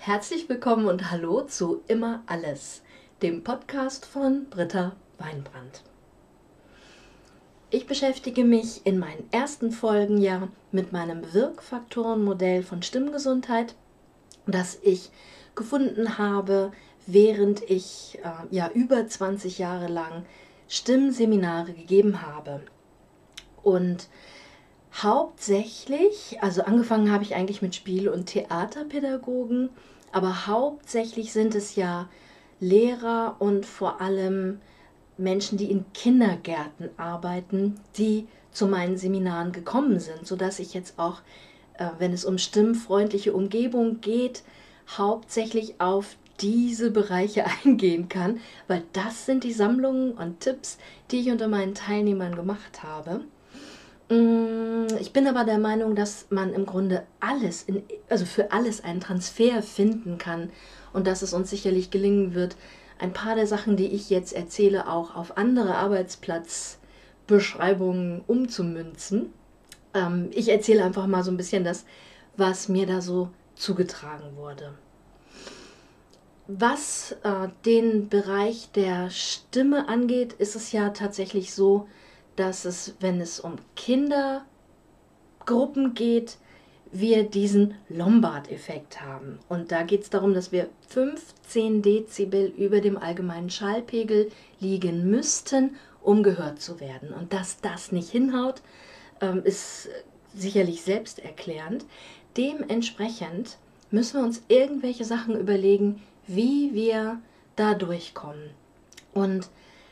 Herzlich willkommen und hallo zu Immer Alles, dem Podcast von Britta Weinbrand. Ich beschäftige mich in meinen ersten Folgen ja mit meinem Wirkfaktorenmodell von Stimmgesundheit, das ich gefunden habe, während ich über 20 Jahre lang Stimmseminare gegeben habe. Und hauptsächlich, also angefangen habe ich eigentlich mit Spiel- und Theaterpädagogen, aber hauptsächlich sind es ja Lehrer und vor allem Menschen, die in Kindergärten arbeiten, die zu meinen Seminaren gekommen sind, sodass ich jetzt auch, wenn es um stimmfreundliche Umgebung geht, hauptsächlich auf diese Bereiche eingehen kann, weil das sind die Sammlungen und Tipps, die ich unter meinen Teilnehmern gemacht habe. Ich bin aber der Meinung, dass man im Grunde also für alles einen Transfer finden kann und dass es uns sicherlich gelingen wird, ein paar der Sachen, die ich jetzt erzähle, auch auf andere Arbeitsplatzbeschreibungen umzumünzen. Ich erzähle einfach mal so ein bisschen das, was mir da so zugetragen wurde. Was den Bereich der Stimme angeht, ist es ja tatsächlich so, dass es, wenn es um Kindergruppen geht, wir diesen Lombard-Effekt haben. Und da geht es darum, dass wir 15 Dezibel über dem allgemeinen Schallpegel liegen müssten, um gehört zu werden. Und dass das nicht hinhaut, ist sicherlich selbsterklärend. Dementsprechend müssen wir uns irgendwelche Sachen überlegen, wie wir da durchkommen. Und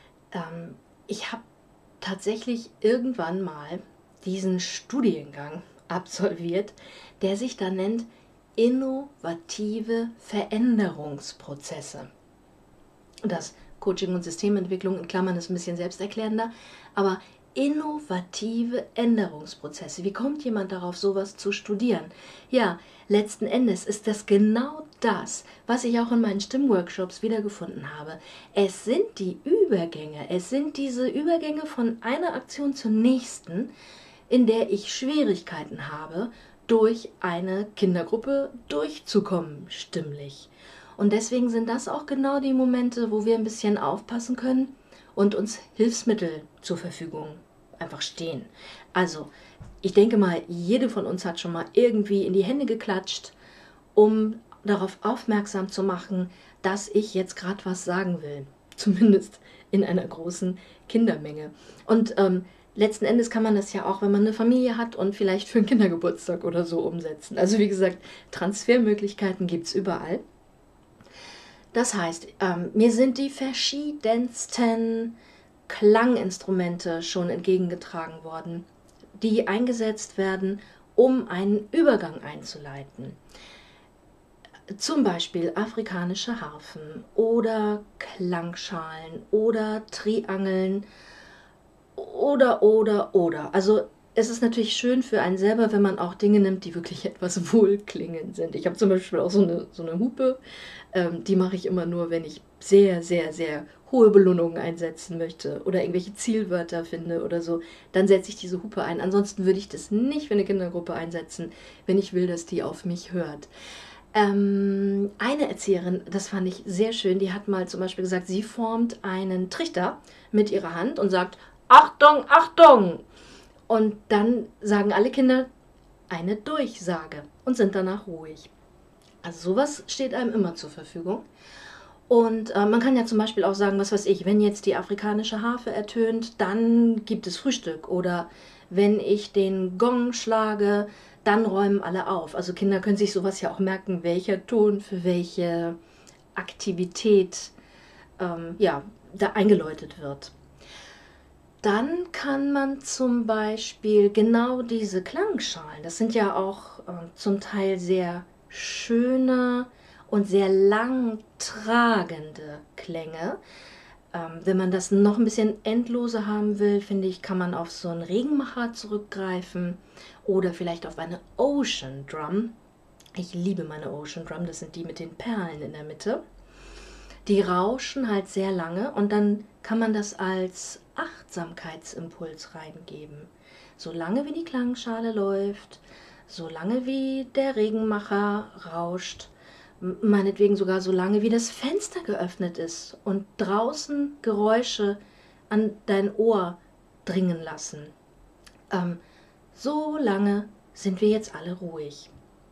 ich habe tatsächlich irgendwann mal diesen Studiengang absolviert, der sich da nennt innovative Veränderungsprozesse. Das Coaching und Systementwicklung in Klammern ist ein bisschen selbsterklärender, aber innovative Änderungsprozesse. Wie kommt jemand darauf, sowas zu studieren? Ja, letzten Endes ist das genau das, was ich auch in meinen Stimmworkshops wiedergefunden habe. Es sind die Übergänge, es sind diese Übergänge von einer Aktion zur nächsten, in der ich Schwierigkeiten habe, durch eine Kindergruppe durchzukommen, stimmlich. Und deswegen sind das auch genau die Momente, wo wir ein bisschen aufpassen können und uns Hilfsmittel zur Verfügung einfach stehen. Also, ich denke mal, jede von uns hat schon mal irgendwie in die Hände geklatscht, um darauf aufmerksam zu machen, dass ich jetzt gerade was sagen will. Zumindest in einer großen Kindermenge. Und letzten Endes kann man das ja auch, wenn man eine Familie hat und vielleicht für einen Kindergeburtstag oder so umsetzen. Also wie gesagt, Transfermöglichkeiten gibt es überall. Das heißt, mir sind die verschiedensten Klanginstrumente schon entgegengetragen worden, die eingesetzt werden, um einen Übergang einzuleiten. Zum Beispiel afrikanische Harfen oder Klangschalen oder Triangeln oder. Also es ist natürlich schön für einen selber, wenn man auch Dinge nimmt, die wirklich etwas wohlklingend sind. Ich habe zum Beispiel auch so eine Hupe, die mache ich immer nur, wenn ich sehr, sehr, sehr hohe Belohnungen einsetzen möchte oder irgendwelche Zielwörter finde oder so, dann setze ich diese Hupe ein. Ansonsten würde ich das nicht für eine Kindergruppe einsetzen, wenn ich will, dass die auf mich hört. Eine Erzieherin, das fand ich sehr schön, die hat mal zum Beispiel gesagt, sie formt einen Trichter mit ihrer Hand und sagt, Achtung, Achtung! Und dann sagen alle Kinder eine Durchsage und sind danach ruhig. Also sowas steht einem immer zur Verfügung. Und man kann ja zum Beispiel auch sagen, was weiß ich, wenn jetzt die afrikanische Harfe ertönt, dann gibt es Frühstück. Oder wenn ich den Gong schlage, dann räumen alle auf. Also Kinder können sich sowas ja auch merken, welcher Ton für welche Aktivität da eingeläutet wird. Dann kann man zum Beispiel genau diese Klangschalen, das sind ja auch zum Teil sehr schöne und sehr lang tragende Klänge. Wenn man das noch ein bisschen endloser haben will, finde ich, kann man auf so einen Regenmacher zurückgreifen oder vielleicht auf eine Ocean Drum. Ich liebe meine Ocean Drum, das sind die mit den Perlen in der Mitte. Die rauschen halt sehr lange und dann kann man das als Achtsamkeitsimpuls reingeben. Solange wie die Klangschale läuft, solange wie der Regenmacher rauscht meinetwegen sogar so lange, wie das Fenster geöffnet ist und draußen Geräusche an dein Ohr dringen lassen. So lange sind wir jetzt alle ruhig.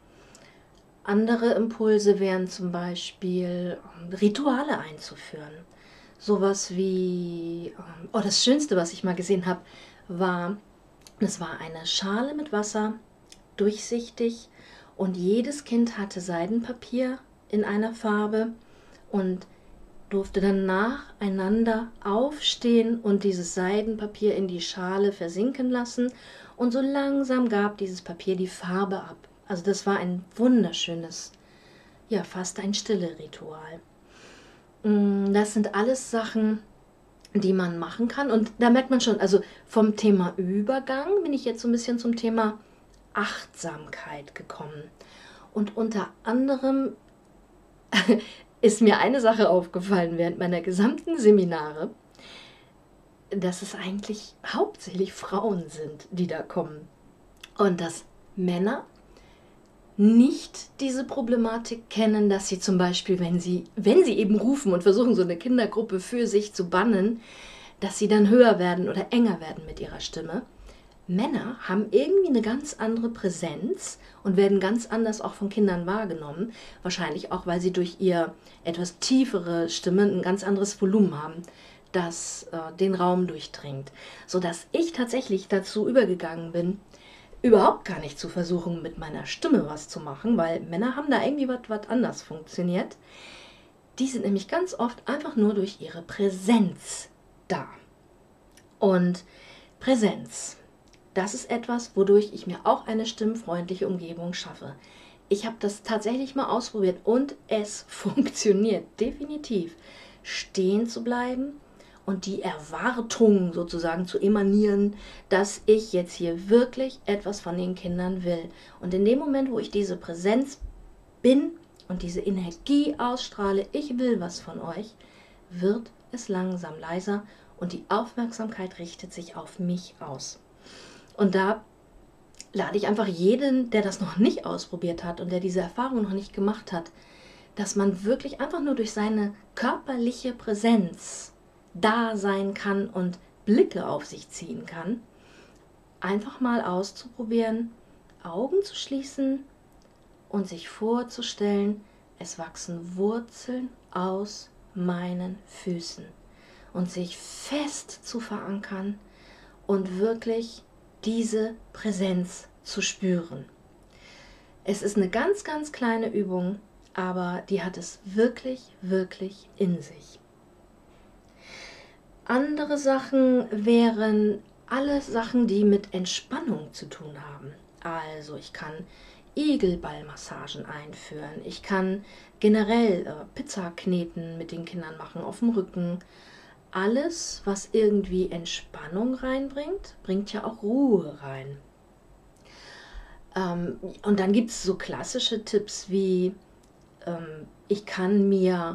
Andere Impulse wären zum Beispiel Rituale einzuführen. Sowas wie, das Schönste, was ich mal gesehen habe, das war eine Schale mit Wasser, durchsichtig, und jedes Kind hatte Seidenpapier in einer Farbe und durfte dann nacheinander aufstehen und dieses Seidenpapier in die Schale versinken lassen, und so langsam gab dieses Papier die Farbe ab. Also das war ein wunderschönes, ja, fast ein Stille-Ritual. Das sind alles Sachen, die man machen kann, und da merkt man schon, also vom Thema Übergang bin ich jetzt so ein bisschen zum Thema Achtsamkeit gekommen. Und unter anderem ist mir eine Sache aufgefallen während meiner gesamten Seminare, dass es eigentlich hauptsächlich Frauen sind, die da kommen. Und dass Männer nicht diese Problematik kennen, dass sie zum Beispiel, wenn sie eben rufen und versuchen, so eine Kindergruppe für sich zu bannen, dass sie dann höher werden oder enger werden mit ihrer Stimme. Männer haben irgendwie eine ganz andere Präsenz und werden ganz anders auch von Kindern wahrgenommen. Wahrscheinlich auch, weil sie durch ihr etwas tiefere Stimme ein ganz anderes Volumen haben, das den Raum durchdringt. Sodass ich tatsächlich dazu übergegangen bin, überhaupt gar nicht zu versuchen, mit meiner Stimme was zu machen, weil Männer haben da irgendwie was anders funktioniert. Die sind nämlich ganz oft einfach nur durch ihre Präsenz da. Und Präsenz, das ist etwas, wodurch ich mir auch eine stimmfreundliche Umgebung schaffe. Ich habe das tatsächlich mal ausprobiert und es funktioniert definitiv. Stehen zu bleiben und die Erwartung sozusagen zu emanieren, dass ich jetzt hier wirklich etwas von den Kindern will. Und in dem Moment, wo ich diese Präsenz bin und diese Energie ausstrahle, ich will was von euch, wird es langsam leiser und die Aufmerksamkeit richtet sich auf mich aus. Und da lade ich einfach jeden, der das noch nicht ausprobiert hat und der diese Erfahrung noch nicht gemacht hat, dass man wirklich einfach nur durch seine körperliche Präsenz da sein kann und Blicke auf sich ziehen kann, einfach mal auszuprobieren, Augen zu schließen und sich vorzustellen, es wachsen Wurzeln aus meinen Füßen und sich fest zu verankern und wirklich diese Präsenz zu spüren. Es ist eine ganz, ganz kleine Übung, aber die hat es wirklich, wirklich in sich. Andere Sachen wären alle Sachen, die mit Entspannung zu tun haben. Also ich kann Igelballmassagen einführen, ich kann generell Pizza kneten mit den Kindern machen auf dem Rücken. Alles, was irgendwie Entspannung reinbringt, bringt ja auch Ruhe rein. Und dann gibt es so klassische Tipps wie, ich kann mir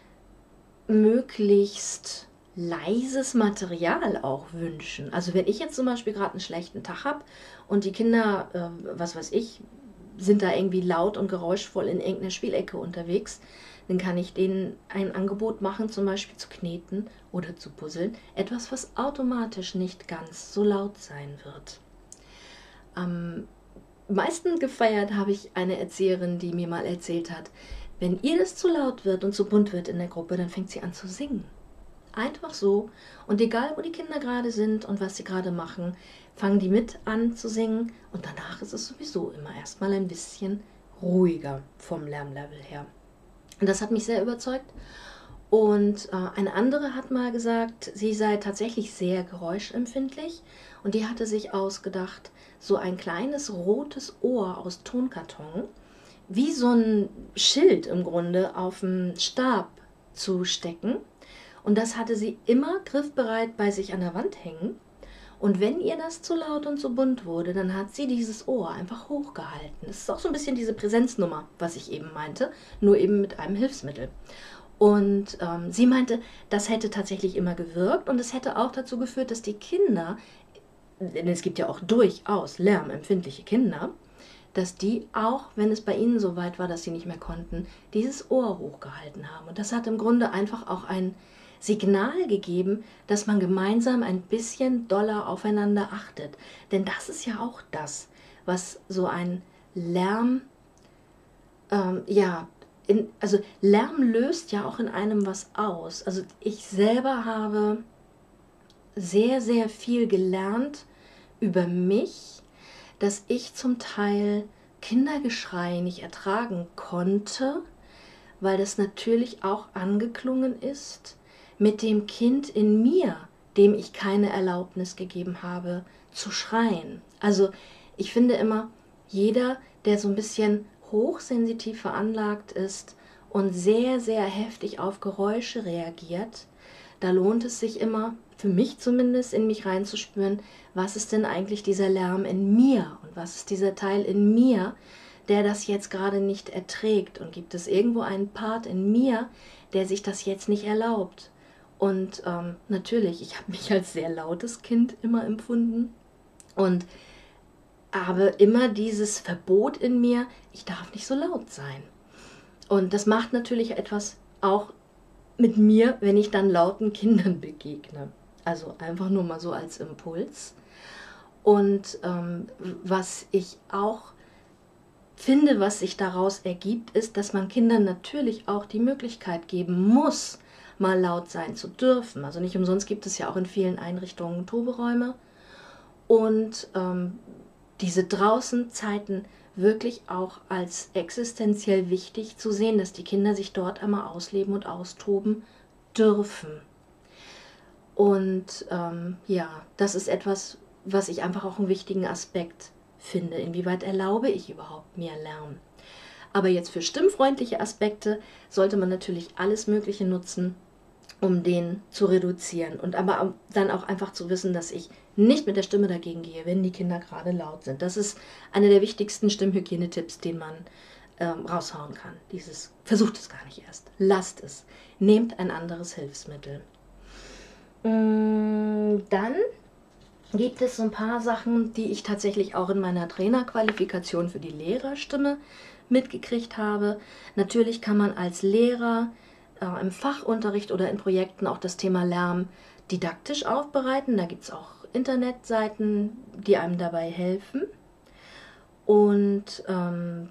möglichst leises Material auch wünschen. Also wenn ich jetzt zum Beispiel gerade einen schlechten Tag habe und die Kinder, was weiß ich, sind da irgendwie laut und geräuschvoll in irgendeiner Spielecke unterwegs, dann kann ich denen ein Angebot machen, zum Beispiel zu kneten oder zu puzzeln. Etwas, was automatisch nicht ganz so laut sein wird. Am meisten gefeiert habe ich eine Erzieherin, die mir mal erzählt hat, wenn ihr das zu laut wird und zu bunt wird in der Gruppe, dann fängt sie an zu singen. Einfach so. Und egal, wo die Kinder gerade sind und was sie gerade machen, fangen die mit an zu singen. Und danach ist es sowieso immer erstmal ein bisschen ruhiger vom Lärmlevel her. Und das hat mich sehr überzeugt. Und eine andere hat mal gesagt, sie sei tatsächlich sehr geräuschempfindlich. Und die hatte sich ausgedacht, so ein kleines rotes Ohr aus Tonkarton, wie so ein Schild im Grunde, auf dem Stab zu stecken. Und das hatte sie immer griffbereit bei sich an der Wand hängen. Und wenn ihr das zu laut und zu bunt wurde, dann hat sie dieses Ohr einfach hochgehalten. Das ist auch so ein bisschen diese Präsenznummer, was ich eben meinte, nur eben mit einem Hilfsmittel. Und sie meinte, das hätte tatsächlich immer gewirkt und es hätte auch dazu geführt, dass die Kinder, denn es gibt ja auch durchaus lärmempfindliche Kinder, dass die auch, wenn es bei ihnen so weit war, dass sie nicht mehr konnten, dieses Ohr hochgehalten haben. Und das hat im Grunde einfach auch ein Signal gegeben, dass man gemeinsam ein bisschen doller aufeinander achtet. Denn das ist ja auch das, was so ein Lärm, also Lärm löst ja auch in einem was aus. Also ich selber habe sehr, sehr viel gelernt über mich, dass ich zum Teil Kindergeschrei nicht ertragen konnte, weil das natürlich auch angeklungen ist mit dem Kind in mir, dem ich keine Erlaubnis gegeben habe, zu schreien. Also ich finde immer, jeder, der so ein bisschen hochsensitiv veranlagt ist und sehr, sehr heftig auf Geräusche reagiert, da lohnt es sich immer, für mich zumindest, in mich reinzuspüren, was ist denn eigentlich dieser Lärm in mir und was ist dieser Teil in mir, der das jetzt gerade nicht erträgt, und gibt es irgendwo einen Part in mir, der sich das jetzt nicht erlaubt. Und natürlich, ich habe mich als sehr lautes Kind immer empfunden und habe immer dieses Verbot in mir, ich darf nicht so laut sein. Und das macht natürlich etwas auch mit mir, wenn ich dann lauten Kindern begegne. Also einfach nur mal so als Impuls. Und was ich auch finde, was sich daraus ergibt, ist, dass man Kindern natürlich auch die Möglichkeit geben muss, mal laut sein zu dürfen. Also nicht umsonst gibt es ja auch in vielen Einrichtungen Toberäume. Und diese draußen Zeiten wirklich auch als existenziell wichtig zu sehen, dass die Kinder sich dort einmal ausleben und austoben dürfen. Und das ist etwas, was ich einfach auch einen wichtigen Aspekt finde. Inwieweit erlaube ich überhaupt mehr Lärm? Aber jetzt für stimmfreundliche Aspekte sollte man natürlich alles Mögliche nutzen, um den zu reduzieren. Und aber dann auch einfach zu wissen, dass ich nicht mit der Stimme dagegen gehe, wenn die Kinder gerade laut sind. Das ist einer der wichtigsten Stimmhygienetipps, den man raushauen kann. Versucht es gar nicht erst. Lasst es. Nehmt ein anderes Hilfsmittel. Dann gibt es so ein paar Sachen, die ich tatsächlich auch in meiner Trainerqualifikation für die Lehrerstimme mitgekriegt habe. Natürlich kann man als Lehrer im Fachunterricht oder in Projekten auch das Thema Lärm didaktisch aufbereiten. Da gibt es auch Internetseiten, die einem dabei helfen. Und dann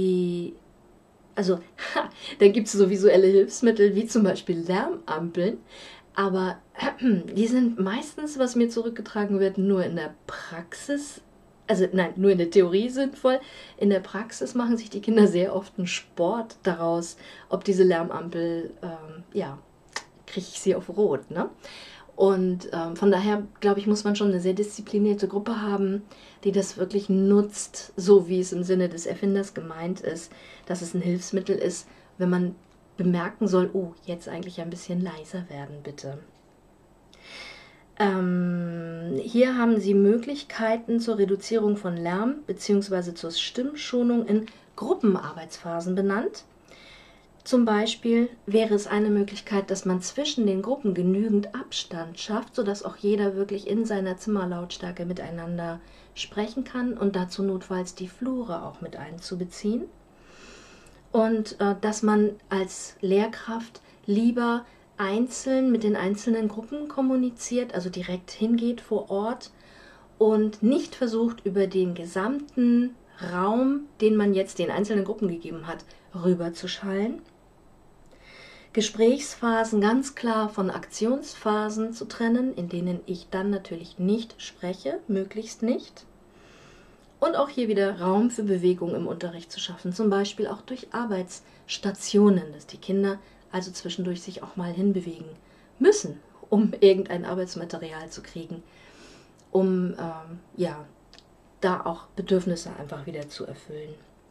gibt es so visuelle Hilfsmittel wie zum Beispiel Lärmampeln. Aber die sind meistens, was mir zurückgetragen wird, nur in der Praxis, nur in der Theorie sinnvoll. In der Praxis machen sich die Kinder sehr oft einen Sport daraus, ob diese Lärmampel, kriege ich sie auf Rot, ne? Und von daher, glaube ich, muss man schon eine sehr disziplinierte Gruppe haben, die das wirklich nutzt, so wie es im Sinne des Erfinders gemeint ist, dass es ein Hilfsmittel ist, wenn man bemerken soll, oh, jetzt eigentlich ein bisschen leiser werden, bitte. Hier haben Sie Möglichkeiten zur Reduzierung von Lärm bzw. zur Stimmschonung in Gruppenarbeitsphasen benannt. Zum Beispiel wäre es eine Möglichkeit, dass man zwischen den Gruppen genügend Abstand schafft, sodass auch jeder wirklich in seiner Zimmerlautstärke miteinander sprechen kann und dazu notfalls die Flure auch mit einzubeziehen. Und dass man als Lehrkraft lieber einzeln mit den einzelnen Gruppen kommuniziert, also direkt hingeht vor Ort und nicht versucht, über den gesamten Raum, den man jetzt den einzelnen Gruppen gegeben hat, rüberzuschallen. Gesprächsphasen ganz klar von Aktionsphasen zu trennen, in denen ich dann natürlich nicht spreche, möglichst nicht. Und auch hier wieder Raum für Bewegung im Unterricht zu schaffen, zum Beispiel auch durch Arbeitsstationen, dass die Kinder also zwischendurch sich auch mal hinbewegen müssen, um irgendein Arbeitsmaterial zu kriegen, um da auch Bedürfnisse einfach wieder zu erfüllen.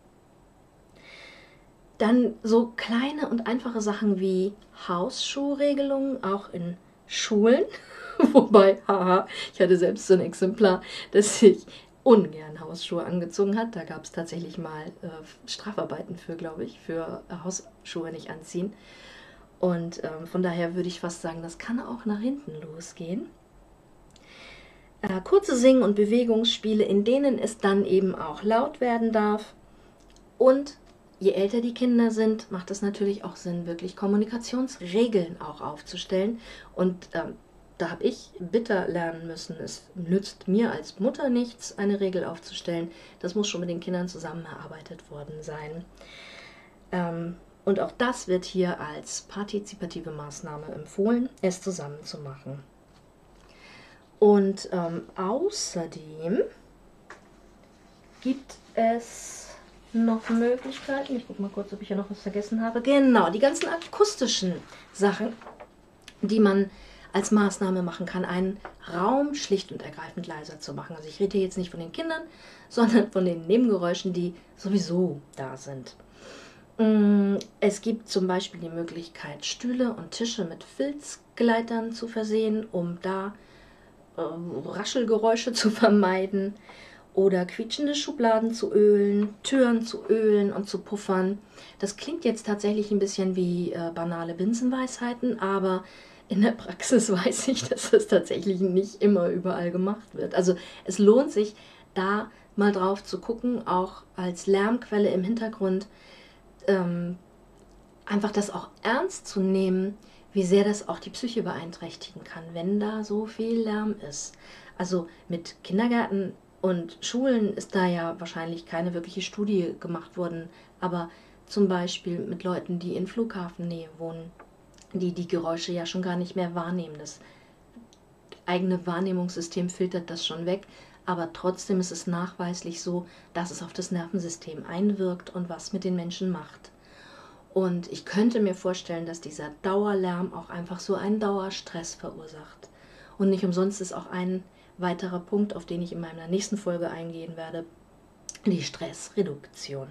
Dann so kleine und einfache Sachen wie Hausschuhregelungen, auch in Schulen. Wobei, ich hatte selbst so ein Exemplar, das sich ungern Hausschuhe angezogen hat. Da gab es tatsächlich mal Strafarbeiten für, glaube ich, für Hausschuhe nicht anziehen. Und von daher würde ich fast sagen, das kann auch nach hinten losgehen. kurze Sing- und Bewegungsspiele, in denen es dann eben auch laut werden darf. Und je älter die Kinder sind, macht es natürlich auch Sinn, wirklich Kommunikationsregeln auch aufzustellen. Und da habe ich bitter lernen müssen, es nützt mir als Mutter nichts, eine Regel aufzustellen. Das muss schon mit den Kindern zusammen erarbeitet worden sein. Und auch das wird hier als partizipative Maßnahme empfohlen, es zusammen zu machen. Und außerdem gibt es noch Möglichkeiten. Ich gucke mal kurz, ob ich hier noch was vergessen habe. Genau, die ganzen akustischen Sachen, die man als Maßnahme machen kann, einen Raum schlicht und ergreifend leiser zu machen. Also ich rede hier jetzt nicht von den Kindern, sondern von den Nebengeräuschen, die sowieso da sind. Es gibt zum Beispiel die Möglichkeit, Stühle und Tische mit Filzgleitern zu versehen, um da Raschelgeräusche zu vermeiden. Oder quietschende Schubladen zu ölen, Türen zu ölen und zu puffern. Das klingt jetzt tatsächlich ein bisschen wie banale Binsenweisheiten, aber in der Praxis weiß ich, dass das tatsächlich nicht immer überall gemacht wird. Also es lohnt sich, da mal drauf zu gucken, auch als Lärmquelle im Hintergrund, einfach das auch ernst zu nehmen, wie sehr das auch die Psyche beeinträchtigen kann, wenn da so viel Lärm ist. Also mit Kindergärten und Schulen ist da ja wahrscheinlich keine wirkliche Studie gemacht worden, aber zum Beispiel mit Leuten, die in Flughafennähe wohnen, die die Geräusche ja schon gar nicht mehr wahrnehmen. Das eigene Wahrnehmungssystem filtert das schon weg, aber trotzdem ist es nachweislich so, dass es auf das Nervensystem einwirkt und was mit den Menschen macht. Und ich könnte mir vorstellen, dass dieser Dauerlärm auch einfach so einen Dauerstress verursacht. Und nicht umsonst ist auch ein weiterer Punkt, auf den ich in meiner nächsten Folge eingehen werde, die Stressreduktion.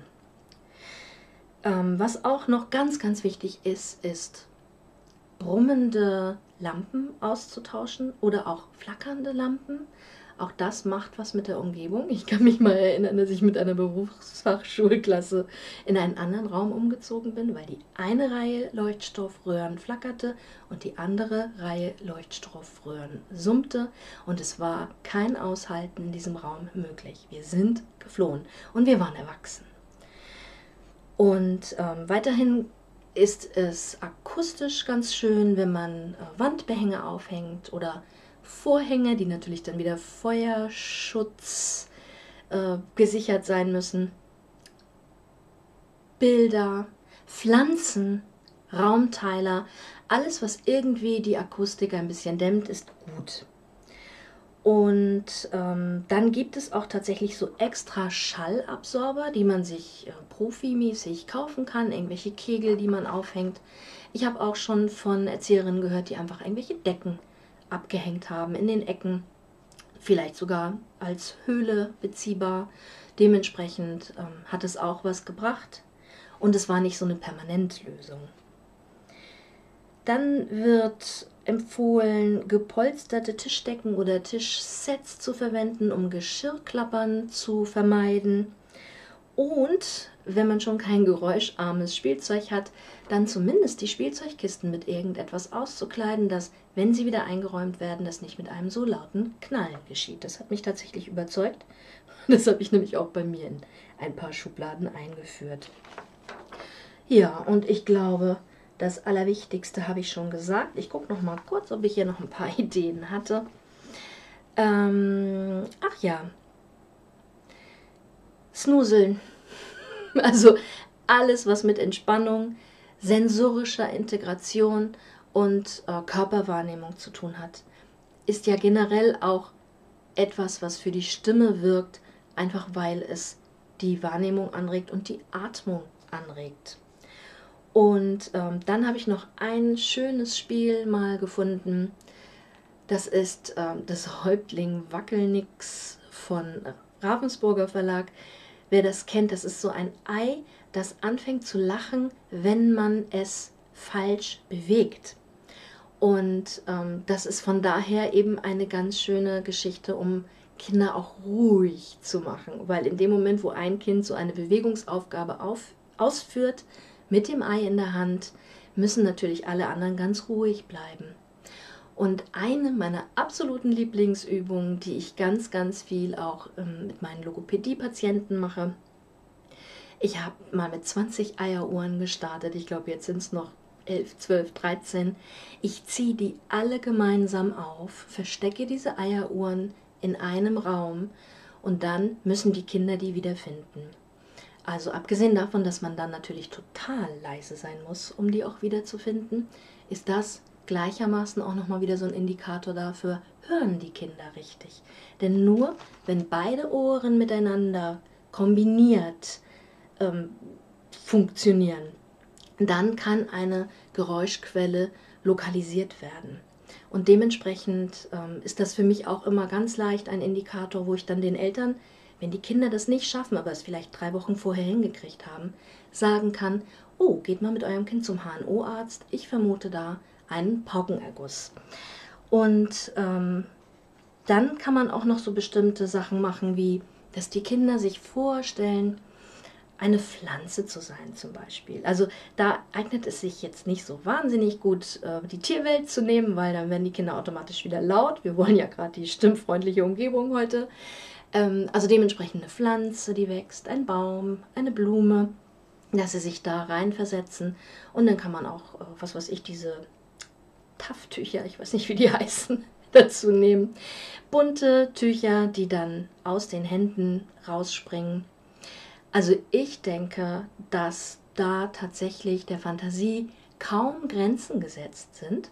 Was auch noch ganz, ganz wichtig ist, ist brummende Lampen auszutauschen oder auch flackernde Lampen. Auch das macht was mit der Umgebung. Ich kann mich mal erinnern, dass ich mit einer Berufsfachschulklasse in einen anderen Raum umgezogen bin, weil die eine Reihe Leuchtstoffröhren flackerte und die andere Reihe Leuchtstoffröhren summte und es war kein Aushalten in diesem Raum möglich. Wir sind geflohen und wir waren erwachsen. Und weiterhin ist es akustisch ganz schön, wenn man Wandbehänge aufhängt oder Vorhänge, die natürlich dann wieder Feuerschutz gesichert sein müssen. Bilder, Pflanzen, Raumteiler, alles, was irgendwie die Akustik ein bisschen dämmt, ist gut. Und dann gibt es auch tatsächlich so extra Schallabsorber, die man sich profimäßig kaufen kann, irgendwelche Kegel, die man aufhängt. Ich habe auch schon von Erzieherinnen gehört, die einfach irgendwelche Decken abgehängt haben in den Ecken, vielleicht sogar als Höhle beziehbar. Dementsprechend hat es auch was gebracht und es war nicht so eine Permanentlösung. Dann wird empfohlen, gepolsterte Tischdecken oder Tischsets zu verwenden, um Geschirrklappern zu vermeiden. Und wenn man schon kein geräuscharmes Spielzeug hat, dann zumindest die Spielzeugkisten mit irgendetwas auszukleiden, dass, wenn sie wieder eingeräumt werden, das nicht mit einem so lauten Knallen geschieht. Das hat mich tatsächlich überzeugt. Das habe ich nämlich auch bei mir in ein paar Schubladen eingeführt. Ja, und ich glaube, das Allerwichtigste habe ich schon gesagt. Ich gucke noch mal kurz, ob ich hier noch ein paar Ideen hatte. Ach ja, Snoozeln. Also alles, was mit Entspannung, sensorischer Integration und Körperwahrnehmung zu tun hat, ist ja generell auch etwas, was für die Stimme wirkt, einfach weil es die Wahrnehmung anregt und die Atmung anregt. Und dann habe ich noch ein schönes Spiel mal gefunden. Das ist das Häuptling Wackelnix von Ravensburger Verlag. Wer das kennt, das ist so ein Ei, das anfängt zu lachen, wenn man es falsch bewegt. Und das ist von daher eben eine ganz schöne Geschichte, um Kinder auch ruhig zu machen. Weil in dem Moment, wo ein Kind so eine Bewegungsaufgabe ausführt, mit dem Ei in der Hand, müssen natürlich alle anderen ganz ruhig bleiben. Und eine meiner absoluten Lieblingsübungen, die ich ganz, ganz viel auch mit meinen Logopädie-Patienten mache, ich habe mal mit 20 Eieruhren gestartet. Ich glaube, jetzt sind es noch 11, 12, 13. Ich ziehe die alle gemeinsam auf, verstecke diese Eieruhren in einem Raum und dann müssen die Kinder die wiederfinden. Also abgesehen davon, dass man dann natürlich total leise sein muss, um die auch wieder zu finden, ist das gleichermaßen auch nochmal wieder so ein Indikator dafür, hören die Kinder richtig. Denn nur wenn beide Ohren miteinander kombiniert funktionieren, dann kann eine Geräuschquelle lokalisiert werden. Und dementsprechend ist das für mich auch immer ganz leicht ein Indikator, wo ich dann den Eltern, wenn die Kinder das nicht schaffen, aber es vielleicht 3 Wochen vorher hingekriegt haben, sagen kann, oh, geht mal mit eurem Kind zum HNO-Arzt, ich vermute da einen Paukenerguss. Und dann kann man auch noch so bestimmte Sachen machen, wie, dass die Kinder sich vorstellen, eine Pflanze zu sein zum Beispiel. Also da eignet es sich jetzt nicht so wahnsinnig gut, die Tierwelt zu nehmen, weil dann werden die Kinder automatisch wieder laut. Wir wollen ja gerade die stimmfreundliche Umgebung heute. Also dementsprechend eine Pflanze, die wächst, ein Baum, eine Blume, dass sie sich da reinversetzen. Und dann kann man auch, was weiß ich, diese Tafttücher, ich weiß nicht, wie die heißen, dazu nehmen. Bunte Tücher, die dann aus den Händen rausspringen. Also ich denke, dass da tatsächlich der Fantasie kaum Grenzen gesetzt sind.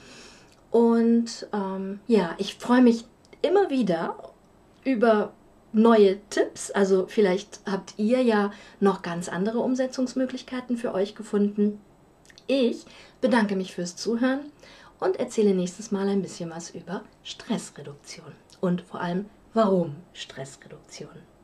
Und ja, ich freue mich immer wieder über neue Tipps. Also vielleicht habt ihr ja noch ganz andere Umsetzungsmöglichkeiten für euch gefunden. Ich bedanke mich fürs Zuhören und erzähle nächstes Mal ein bisschen was über Stressreduktion und vor allem, warum Stressreduktion.